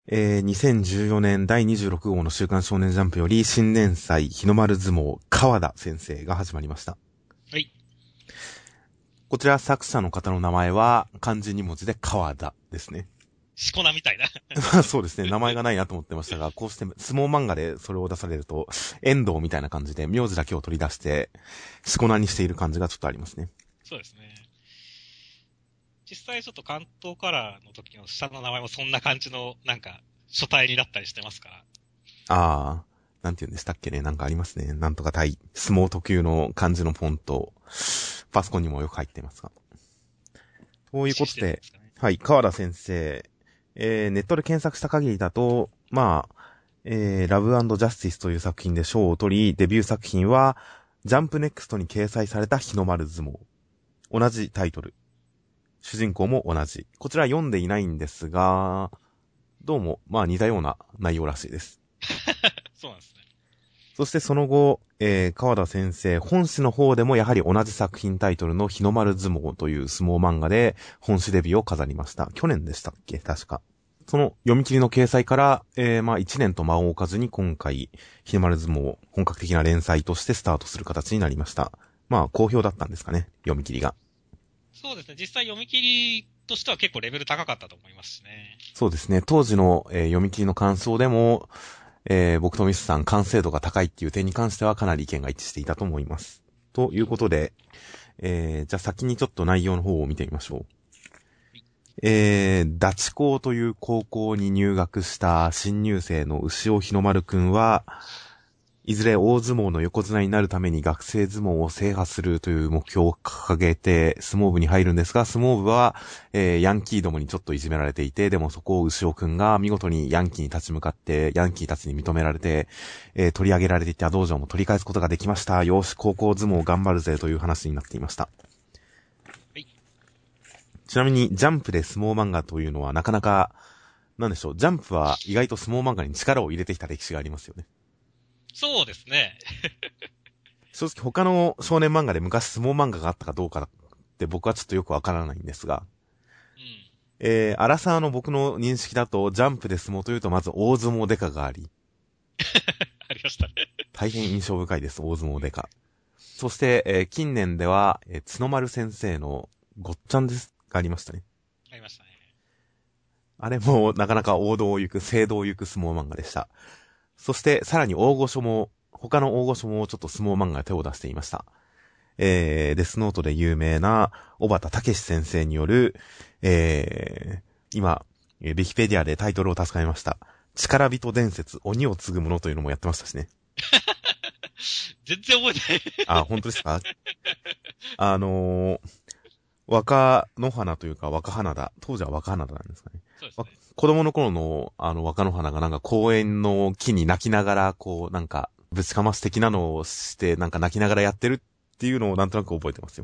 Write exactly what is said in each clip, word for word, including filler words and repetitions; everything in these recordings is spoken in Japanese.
えー、にせんじゅうよねんだいにじゅうろく号の週刊少年ジャンプより新連載日の丸相撲川田先生が始まりました。 はい。 こちら作者の方の名前は漢字に文字で川田ですね。 しこ名みたいな。 そうですね。名前がないなと思ってましたが、こうして相撲漫画でそれを出されると、遠藤みたいな感じで名字だけを取り出して、しこ名にしている感じがちょっとありますね。 そうですね。実際ちょっと関東カラーの時の下の名前もそんな感じの、なんか、書体になったりしてますから。 あー、なんて言うんでしたっけね。なんかありますね。なんとか対相撲特有の漢字のフォント、パソコンにもよく入っていますが。ということで、 ね、 はい、川田先生、えー、ネットで検索した限りだと、まあ、えー、ラブ&ジャスティスという作品で賞を取り、デビュー作品は、ジャンプネクストに掲載された日の丸相撲。同じタイトル。主人公も同じ。こちら読んでいないんですが、どうも、まあ似たような内容らしいです。 そうなんですね。 そしてその後、えー、川田先生、本誌の方でもやはり同じ作品タイトルの日の丸相撲という相撲漫画で本誌デビューを飾りました。去年でしたっけ確か。その読み切りの掲載から、えー、まあ一年と間を置かずに今回、日の丸相撲本格的な連載としてスタートする形になりました。まあ好評だったんですかね、読み切りが。 そうですね。実際読み切りとしては結構レベル高かったと思いますしね。 そうですね。当時の、えー、読み切りの感想でも、えー、僕とミスさん完成度が高いっていう点に関してはかなり意見が一致していたと思います。ということで、えー、じゃあ先にちょっと内容の方を見てみましょう。えー、ダチ校という高校に入学した新入生の牛尾日の丸くんは、いずれ大相撲の横綱になるために学生相撲を制覇するという目標を掲げて相撲部に入るんですが、相撲部は、えー、ヤンキーどもにちょっといじめられていて、でもそこを牛尾くんが見事にヤンキーに立ち向かって、ヤンキーたちに認められて、えー、取り上げられていた道場も取り返すことができました。よし、高校相撲頑張るぜという話になっていました。 はい。 ちなみに、ジャンプで相撲漫画というのはなかなか、なんでしょう、ジャンプは意外と相撲漫画に力を入れてきた歴史がありますよね。 そうですね。 正直他の少年漫画で昔相撲漫画があったかどうかって僕はちょっとよくわからないんですが、 うん。 えー、アラサーの僕の認識だと、ジャンプで相撲というとまず大相撲デカがあり、 ありましたね。 大変印象深いです、大相撲デカ。そして、えー、近年では、えー、角丸先生のごっちゃんですがありましたね。 ありましたね。 あれもなかなか王道を行く、正道を行く相撲漫画でした。そして、さらに大御所も、他の大御所もちょっと相撲漫画で手を出していました。えー、デスノートで有名な、小畑武史先生による、えー、今、ウィキペディアでタイトルを助かりました。力人伝説、鬼を継ぐ者というのもやってましたしね。 全然覚えてない。 あ、本当ですか？あのー、若野花というか若花田。当時は若花田なんですかね。 そうですね。 子供の頃の、あの、若野花がなんか公園の木に泣きながら、こう、なんか、ぶちかます的なのをして、なんか泣きながらやってるっていうのをなんとなく覚えてますよ。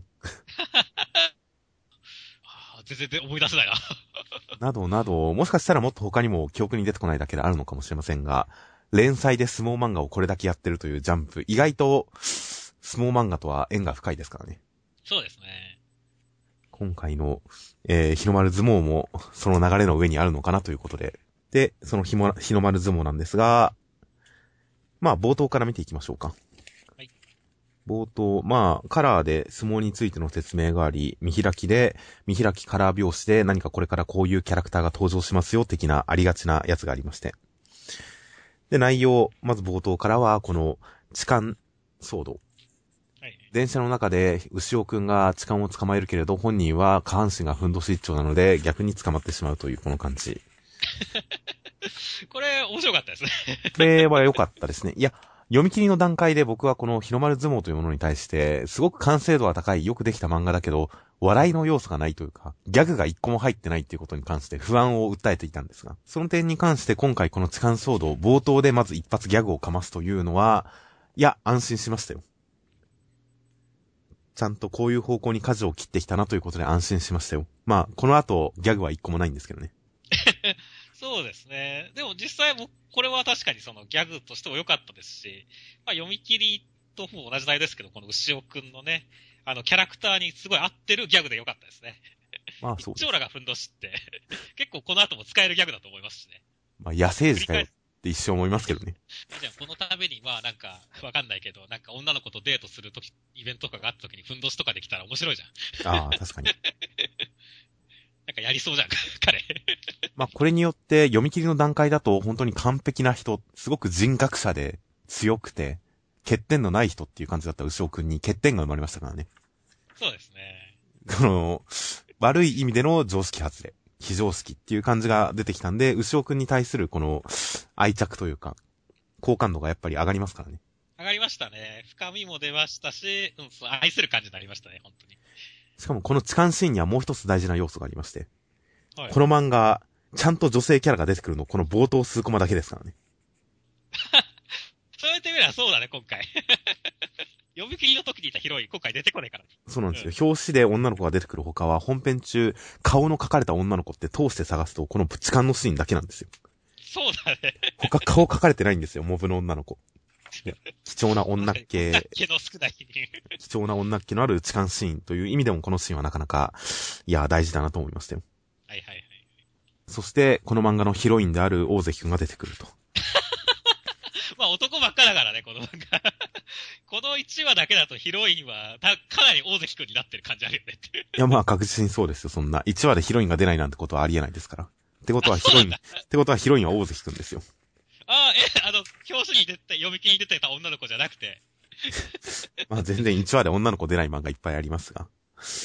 あ全然思い出せないな。 などなど、もしかしたらもっと他にも記憶に出てこないだけであるのかもしれませんが、連載で相撲漫画をこれだけやってるというジャンプ、意外と相撲漫画とは縁が深いですからね。 そうですね。 今回の、えー、日の丸相撲もその流れの上にあるのかなということで。で、その日も日の丸相撲なんですが、まあ冒頭から見ていきましょうか。 はい。 冒頭、まあ、カラーで相撲についての説明があり、見開きで、見開きカラー拍子で何かこれからこういうキャラクターが登場しますよ、的なありがちなやつがありまして。で、内容、まず冒頭からは、この、痴漢騒動。 はい。 電車の中で、牛尾くんが痴漢を捕まえるけれど、本人は下半身がふんどし一丁なので、逆に捕まってしまうというこの感じ。 これ、面白かったですね。 これは良かったですね。いや、読み切りの段階で僕はこの日の丸相撲というものに対して、すごく完成度は高い、よくできた漫画だけど、笑いの要素がないというか、ギャグが一個も入ってないっていうことに関して不安を訴えていたんですが、その点に関して今回この痴漢騒動、冒頭でまず一発ギャグをかますというのは、いや、安心しましたよ。ちゃんとこういう方向に舵を切ってきたなということで安心しましたよ。まあ、この後、ギャグは一個もないんですけどね。 そうですね。でも実際僕、これは確かにそのギャグとしても良かったですし、まあ読み切りとも同じ内ですけど、この牛尾くんのね、あのキャラクターにすごい合ってるギャグで良かったですね。 まあ、そうです。 一丁羅がふんどしって、結構この後も使えるギャグだと思いますしね。 まあ、野生児かよって一生思いますけどね。 じゃあ、このために、まあなんか、わかんないけど、なんか女の子とデートするとき、イベントとかがあったときに、ふんどしとかできたら面白いじゃん。 ああ、確かに。 なんかやりそうじゃん、彼。 まあ、これによって読み切りの段階だと本当に完璧な人、すごく人格者で強くて、欠点のない人っていう感じだった牛尾くんに欠点が生まれましたからね。 そうですね。 この、悪い意味での常識外れ、非常識っていう感じが出てきたんで、牛尾くんに対するこの愛着というか、好感度がやっぱり上がりますからね。 上がりましたね。深みも出ましたし、うん、そう愛する感じになりましたね、本当に。 しかもこの痴漢シーンにはもう一つ大事な要素がありまして、 はい、 この漫画、ちゃんと女性キャラが出てくるの、この冒頭数コマだけですからね。 そうやってみればそうだね、今回。読み切りの時にいたヒロイン、今回出てこないから。 そうなんですよ。うん、表紙で女の子が出てくる他は、本編中、顔の描かれた女の子って通して探すと、この痴漢のシーンだけなんですよ。 そうだね。 他顔描かれてないんですよ、モブの女の子。貴重な女っ気。 女っ気の少ない。 貴重な女っ気のある痴漢シーンという意味でもこのシーンはなかなか、いや、大事だなと思いましたよ。 はいはいはい。 そして、この漫画のヒロインである大関くんが出てくると。 まあ男ばっかだからね、この漫画。このいちわだけだとヒロインはたかなり大関くんになってる感じあるよねって。 いやまあ確実にそうですよ、そんな。いちわでヒロインが出ないなんてことはありえないですから。ってことはヒロイン、ってことはヒロインは大関くんですよ。 ああ、え、あの、表紙に出て、読み切りに出てた女の子じゃなくて。 まあ全然いちわで女の子出ない漫画いっぱいありますが。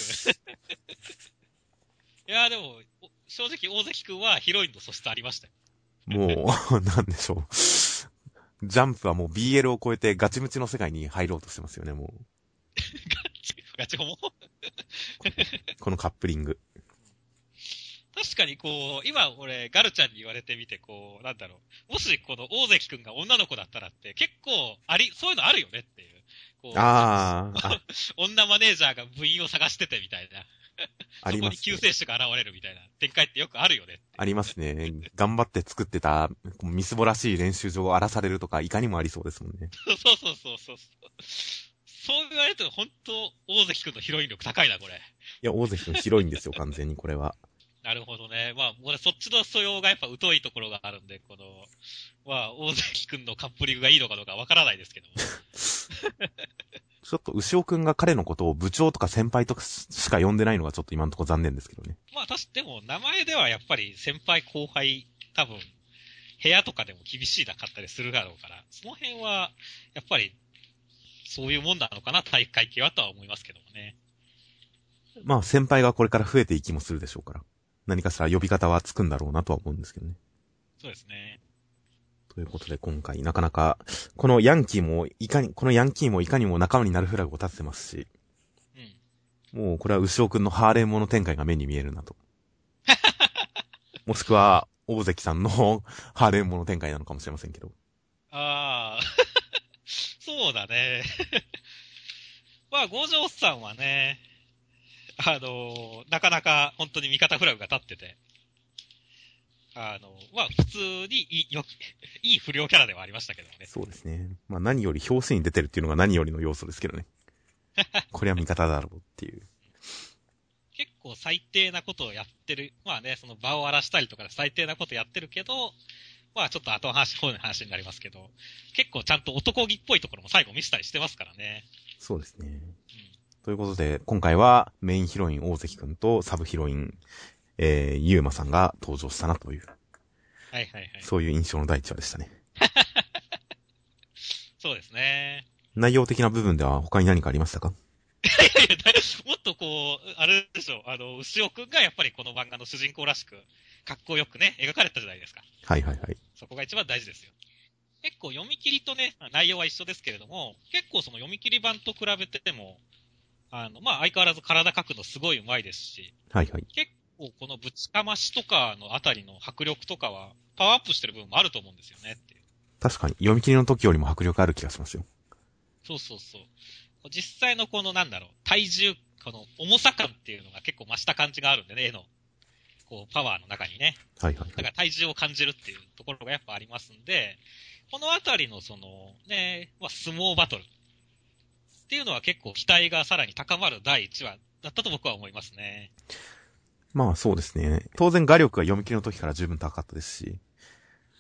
いやでも、正直大関くんはヒロインの素質ありましたよ。 もう、なんでしょう。ジャンプはもう ビーエル を超えてガチムチの世界に入ろうとしてますよね、もう。 ガチ、ガチホモこのカップリング。 確かにこう、今俺、ガルちゃんに言われてみて、こう、なんだろう。もしこの大関くんが女の子だったらって結構あり、そういうのあるよねっていう。こうああ。 女マネージャーが部員を探しててみたいな。 あります、ね。 そこに救世主が現れるみたいな展開ってよくあるよね。 ありますね。頑張って作ってた、みすぼらしい練習場を荒らされるとか、いかにもありそうですもんね。 そうそうそうそう。そう言われると、本当大関くんのヒロイン力高いな、これ。いや、大関くん広いんですよ、完全にこれは。 なるほどね。まあ、俺そっちの素養がやっぱ疎いところがあるんで、この、まあ、大関くんのカップリングがいいのかどうかわからないですけども。 ちょっと、牛尾くんが彼のことを部長とか先輩とかしか呼んでないのがちょっと今のところ残念ですけどね。 まあ、確かでも、名前ではやっぱり先輩後輩、多分、部屋とかでも厳しいなかったりするだろうから、その辺は、やっぱり、そういうもんなのかな、体育会系はとは思いますけどもね。 まあ、先輩がこれから増えていきもするでしょうから。何かしら呼び方はつくんだろうなとは思うんですけどね。 そうですね。 ということで今回なかなか、このヤンキーもいかに、このヤンキーもいかにも仲間になるフラグを立ててますし、うん、もうこれは牛尾くんのハーレーモの展開が目に見えるなと。もしくは、大関さんのハーレーモの展開なのかもしれませんけど。 ああ、そうだね。まあ、五条さんはね、あの、なかなか本当に味方フラグが立ってて、あの、まあ、普通にいい、よ、いい不良キャラではありましたけどね。 そうですね。まあ、何より表紙に出てるっていうのが何よりの要素ですけどね。これは味方だろうっていう。 結構最低なことをやってる。まあね、その場を荒らしたりとかで最低なことやってるけど、まあちょっと後の話、方の話になりますけど、結構ちゃんと男気っぽいところも最後見せたりしてますからね。 そうですね。うん、ということで、今回はメインヒロイン大関くんとサブヒロイン、えー、ゆうまさんが登場したなという。 はいはいはい。そういう印象の第一話でしたね。 そうですね。 内容的な部分では他に何かありましたか？ いやいや、もっとこう、あれでしょ、あの、牛尾くんがやっぱりこの漫画の主人公らしく、かっこよくね、描かれたじゃないですか。 はいはいはい。 そこが一番大事ですよ。結構読み切りとね、内容は一緒ですけれども、結構その読み切り版と比べても、あの、まあ、相変わらず体描くのすごい上手いですし、 はいはい。 結構このぶちかましとかのあたりの迫力とかは、パワーアップしてる部分もあると思うんですよねっていう。 確かに、読み切りの時よりも迫力ある気がしますよ。 そうそうそう。実際のこのなんだろう、体重、この重さ感っていうのが結構増した感じがあるんでね、絵の、こう、パワーの中にね。 はいはい、はい。 だから体重を感じるっていうところがやっぱありますんで、このあたりのその、ね、まあ、相撲バトルっていうのは結構期待がさらに高まるだいいちわだったと僕は思いますね。 まあそうですね。当然画力が読み切りの時から十分高かったですし、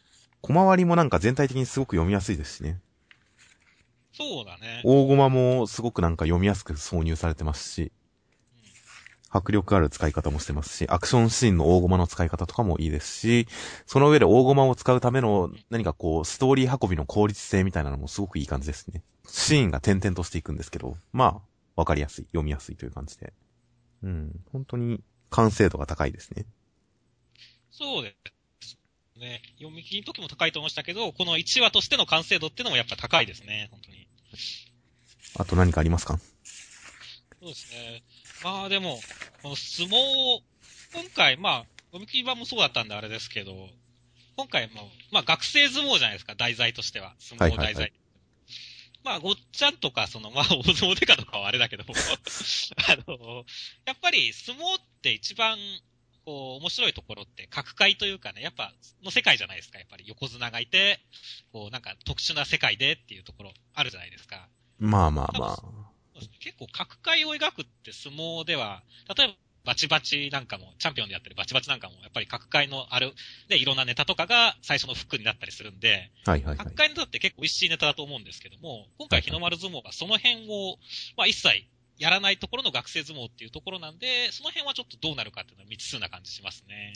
小回りもなんか全体的にすごく読みやすいですしね。 そうだね。 大駒もすごくなんか読みやすく挿入されてますし、迫力ある使い方もしてますし、アクションシーンの大駒の使い方とかもいいですし、その上で大駒を使うための何かこう、ストーリー運びの効率性みたいなのもすごくいい感じですね。シーンが点々としていくんですけど、まあ、わかりやすい、読みやすいという感じで。うん、本当に完成度が高いですね。 そうですね。読み切りの時も高いと思いましたけど、このいちわとしての完成度っていうのもやっぱ高いですね、本当に。 あと何かありますか？ そうですね。まあでも、この相撲を、今回、まあ、読み切り版もそうだったんであれですけど、今回も、まあ学生相撲じゃないですか、題材としては。相撲題材。はいはいはい、まあ、ごっちゃんとか、その、まあ、大相撲でかとかはあれだけど、あの、やっぱり相撲って一番、こう、面白いところって、角界というかね、やっぱ、の世界じゃないですか。やっぱり横綱がいて、こう、なんか特殊な世界でっていうところあるじゃないですか。 まあまあまあ。 結構角界を描くって相撲では、例えばバチバチなんかも、チャンピオンでやってるバチバチなんかも、やっぱり角界のある、で、いろんなネタとかが最初のフックになったりするんで、はいはいはい、角界のネタって結構美味しいネタだと思うんですけども、今回日の丸相撲がその辺を、まあ一切やらないところの学生相撲っていうところなんで、その辺はちょっとどうなるかっていうのは未知数な感じしますね。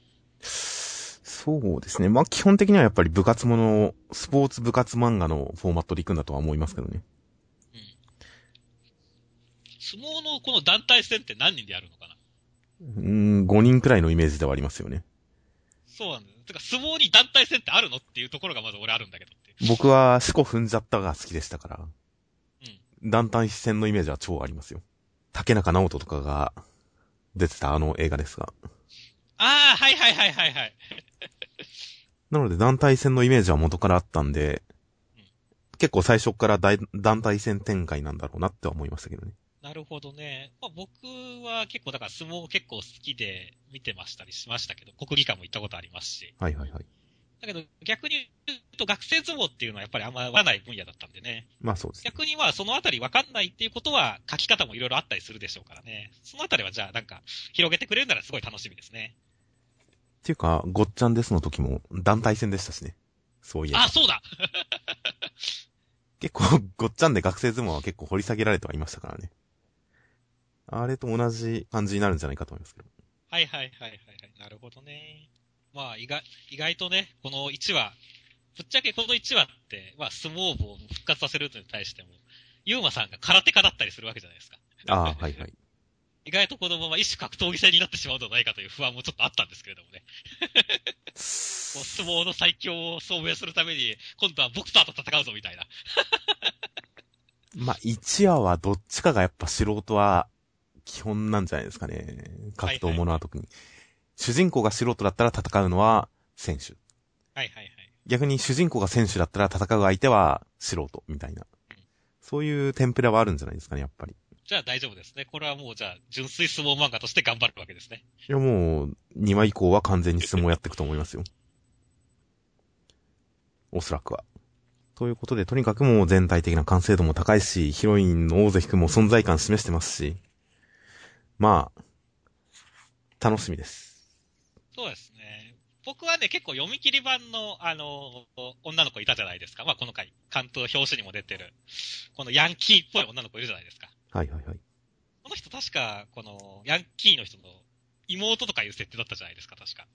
そうですね。まあ基本的にはやっぱり部活もの、スポーツ部活漫画のフォーマットでいくんだとは思いますけどね。 相撲のこの団体戦って何人でやるのかな？ うーん、ごにんくらいのイメージではありますよね。 そうなんだよ。てか相撲に団体戦ってあるのっていうところがまず俺あるんだけどって。 僕は四股踏んじゃったが好きでしたから。 うん。 団体戦のイメージは超ありますよ。竹中直人とかが出てたあの映画ですが。 ああ、はいはいはいはいはい。 なので団体戦のイメージは元からあったんで、うん、結構最初から大団体戦展開なんだろうなって思いましたけどね。 なるほどね。まあ、僕は結構だから相撲結構好きで見てましたりしましたけど、国技館も行ったことありますし。 はいはいはい。 だけど逆に言うと学生相撲っていうのはやっぱりあんまわからない分野だったんでね。 まあそうです、ね。 逆にまあそのあたりわかんないっていうことは書き方もいろいろあったりするでしょうからね。そのあたりはじゃあなんか広げてくれるならすごい楽しみですね。 っていうか、ごっちゃんですの時も団体戦でしたしね。そういえば。 あ、そうだ結構、ごっちゃんで学生相撲は結構掘り下げられてはいましたからね。あれと同じ感じになるんじゃないかと思いますけど。 はいはいはいはいはい。なるほどね。まあ意外、意外とね、このいちわ、ぶっちゃけこのいちわって、まあ相撲部を復活させるのに対しても、ユーマさんが空手家だったりするわけじゃないですか。 ああ、はいはい。 意外とこのまま一種格闘技戦になってしまうのではないかという不安もちょっとあったんですけれどもね。相撲の最強を証明するために、今度はボクサーと戦うぞみたいな。 まあ、いちわはどっちかがやっぱ素人は基本なんじゃないですかね。格闘ものは特に、はいはいはい。主人公が素人だったら戦うのは選手。 はいはいはい。 逆に主人公が選手だったら戦う相手は素人みたいな。うん、そういうテンプレはあるんじゃないですかね、やっぱり。 じゃあ大丈夫ですね。これはもうじゃあ純粋相撲漫画として頑張るわけですね。 いやもう、にわ以降は完全に相撲やっていくと思いますよ。おそらくは。ということで、とにかくもう全体的な完成度も高いし、ヒロインの大関くんも存在感示してますし、まあ、楽しみです。 そうですね。僕はね、結構読み切り版の、あの、女の子いたじゃないですか。まあこの回、関東表紙にも出てる、このヤンキーっぽい女の子いるじゃないですか。 はいはいはい。 この人確か、この、ヤンキーの人の妹とかいう設定だったじゃないですか、確か。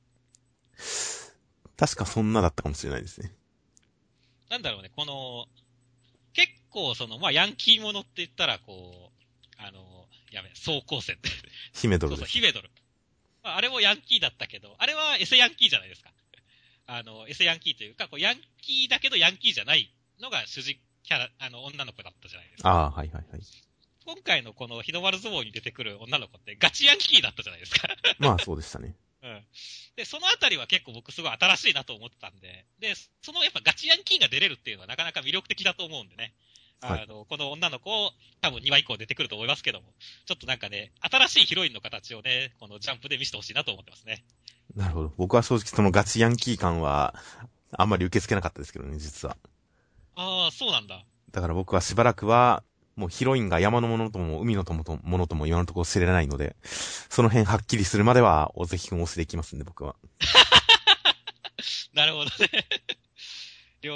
確かそんなだったかもしれないですね。 なんだろうね、この、結構その、まあ、ヤンキーものって言ったら、こう、あの、やべ、総高専って。 ヒメドル。 そうそう、ヒメドル。まあ、あれもヤンキーだったけど、あれはエセヤンキーじゃないですか。あの、エセヤンキーというか、こう、ヤンキーだけどヤンキーじゃないのが主人キャラ、あの、女の子だったじゃないですか。 ああ、はいはいはい。 今回のこの日の丸相撲に出てくる女の子ってガチヤンキーだったじゃないですか。 まあそうでしたね。 うん。で、そのあたりは結構僕すごい新しいなと思ってたんで、で、そのやっぱガチヤンキーが出れるっていうのはなかなか魅力的だと思うんでね。はい、あの、この女の子を多分にわ以降出てくると思いますけども、ちょっとなんかね、新しいヒロインの形をね、このジャンプで見せてほしいなと思ってますね。 なるほど。僕は正直そのガチヤンキー感はあんまり受け付けなかったですけどね、実は。 ああ、そうなんだ。 だから僕はしばらくは、もうヒロインが山のものとも海のものとも今のところ知れないので、その辺はっきりするまでは、おぜひくん推しでいきますんで、僕は。 なるほどね。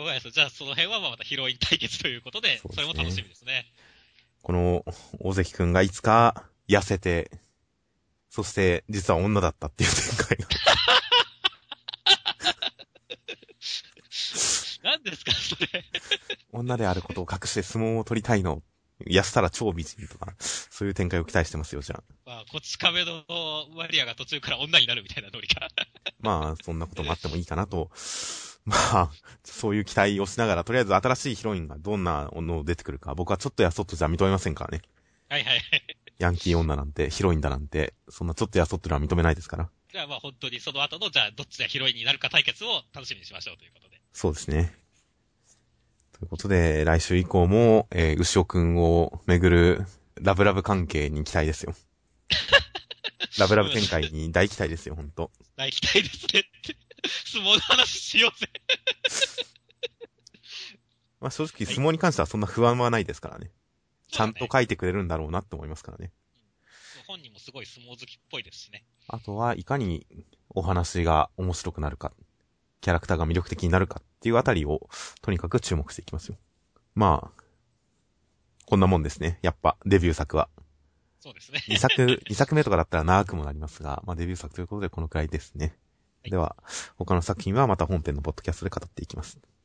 了解です。じゃあその辺はまあまたヒロイン対決ということで、 そうですねそれも楽しみですね。 この、大関くんがいつか痩せて、そして実は女だったっていう展開が。 何ですか、それ。 女であることを隠して相撲を取りたいの。痩せたら超美人とか、そういう展開を期待してますよ、じゃあ。 まあ、こち亀のマリアが途中から女になるみたいなノリか。 まあ、そんなこともあってもいいかなと。まあ、そういう期待をしながら、とりあえず新しいヒロインがどんなの出てくるか、僕はちょっとやそっとじゃ認めませんからね。 はいはいはい。 ヤンキー女なんて、ヒロインだなんて、そんなちょっとやそっとでは認めないですから。 じゃあまあ本当にその後の、じゃあどっちがヒロインになるか対決を楽しみにしましょうということで。 そうですね。ということで、来週以降も、えー、牛尾くんをめぐるラブラブ関係に期待ですよ。ラブラブ展開に大期待ですよ、ほんと。 大期待ですねって。相撲の話しようぜ。 まあ正直、相撲に関してはそんな不安はないですからね。ちゃんとか書いてくれるんだろうなって思いますからね。 本人もすごい相撲好きっぽいですしね。 あとはいかにお話が面白くなるか、キャラクターが魅力的になるかっていうあたりをとにかく注目していきますよ。まあ、こんなもんですね。やっぱデビュー作は。 そうですね。 にさく、にさくめとかだったら長くもなりますが、まあデビュー作ということでこのくらいですね。 はい、 では、他の作品はまた本編のポッドキャストで語っていきます。